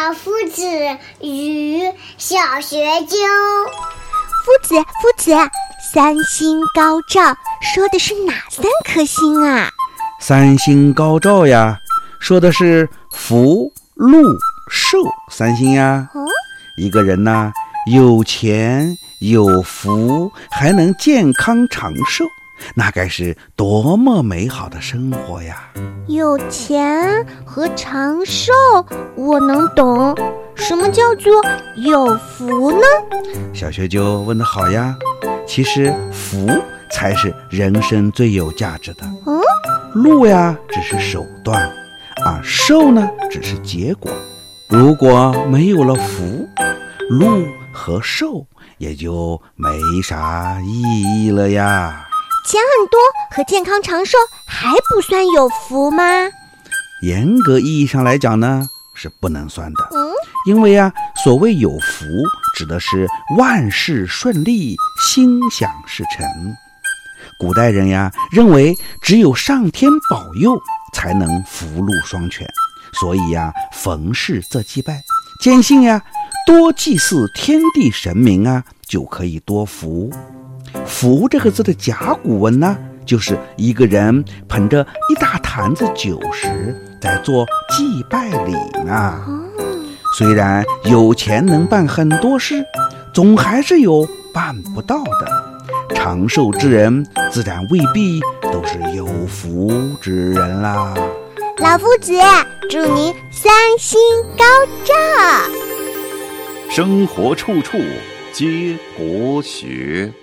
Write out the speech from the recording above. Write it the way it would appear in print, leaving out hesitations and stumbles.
老夫子与小学究。 夫子，三星高照说的是哪3颗星啊？ 三星高照呀，说的是福、禄、寿3星呀。一个人呢，有钱有福，还能健康长寿，那该是多么美好的生活呀！ 有钱和长寿我能懂，什么叫做有福呢？ 小学究问得好呀，其实福才是人生最有价值的。禄呀只是手段，而寿呢只是结果。如果没有了福，禄和寿也就没啥意义了呀。 钱很多和健康长寿还不算有福吗？ 严格意义上来讲呢，是不能算的。因为所谓有福，指的是万事顺利，心想事成。古代人认为只有上天保佑才能福禄双全，所以逢事则祭拜，坚信多祭祀天地神明就可以多福。福这个字的甲骨文呢，就是一个人捧着一大坛子酒食在做祭拜礼呢。虽然有钱能办很多事，总还是有办不到的。长寿之人自然未必都是有福之人啦。 老夫子，祝你三星高照。 生活处处皆国学。